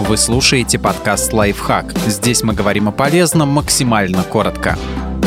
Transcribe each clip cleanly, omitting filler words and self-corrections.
Вы слушаете подкаст «Лайфхак». Здесь мы говорим о полезном максимально коротко.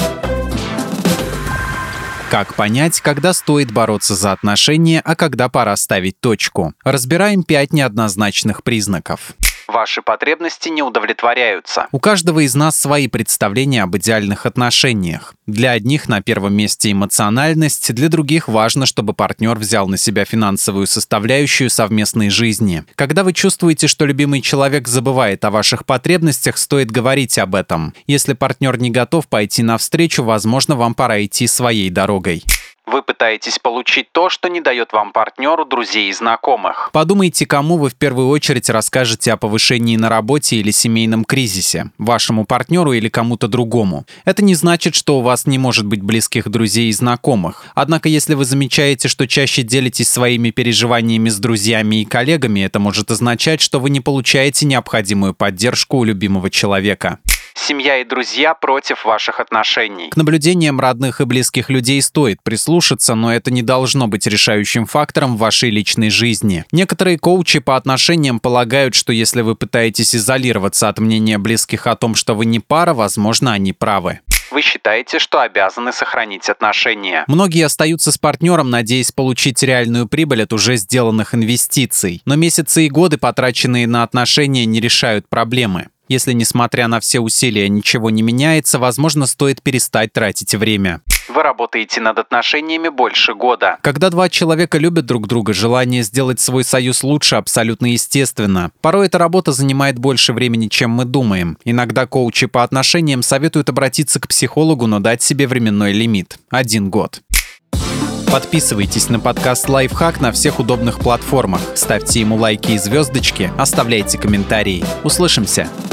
Как понять, когда стоит бороться за отношения, а когда пора ставить точку? Разбираем 5 неоднозначных признаков. Ваши потребности не удовлетворяются. У каждого из нас свои представления об идеальных отношениях. Для одних на первом месте эмоциональность, для других важно, чтобы партнер взял на себя финансовую составляющую совместной жизни. Когда вы чувствуете, что любимый человек забывает о ваших потребностях, стоит говорить об этом. Если партнер не готов пойти навстречу, возможно, вам пора идти своей дорогой. Вы пытаетесь получить то, что не дает вам партнеру, друзей и знакомых. Подумайте, кому вы в первую очередь расскажете о повышении на работе или семейном кризисе. Вашему партнеру или кому-то другому. Это не значит, что у вас не может быть близких друзей и знакомых. Однако, если вы замечаете, что чаще делитесь своими переживаниями с друзьями и коллегами, это может означать, что вы не получаете необходимую поддержку у любимого человека. Семья и друзья против ваших отношений. К наблюдениям родных и близких людей стоит прислушаться, но это не должно быть решающим фактором в вашей личной жизни. Некоторые коучи по отношениям полагают, что если вы пытаетесь изолироваться от мнения близких о том, что вы не пара, возможно, они правы. Вы считаете, что обязаны сохранить отношения. Многие остаются с партнером, надеясь получить реальную прибыль от уже сделанных инвестиций. Но месяцы и годы, потраченные на отношения, не решают проблемы. Если, несмотря на все усилия, ничего не меняется, возможно, стоит перестать тратить время. Вы работаете над отношениями больше года. Когда два человека любят друг друга, желание сделать свой союз лучше абсолютно естественно. Порой эта работа занимает больше времени, чем мы думаем. Иногда коучи по отношениям советуют обратиться к психологу, но дать себе временной лимит – 1 год. Подписывайтесь на подкаст «Лайфхак» на всех удобных платформах. Ставьте ему лайки и звездочки, оставляйте комментарии. Услышимся!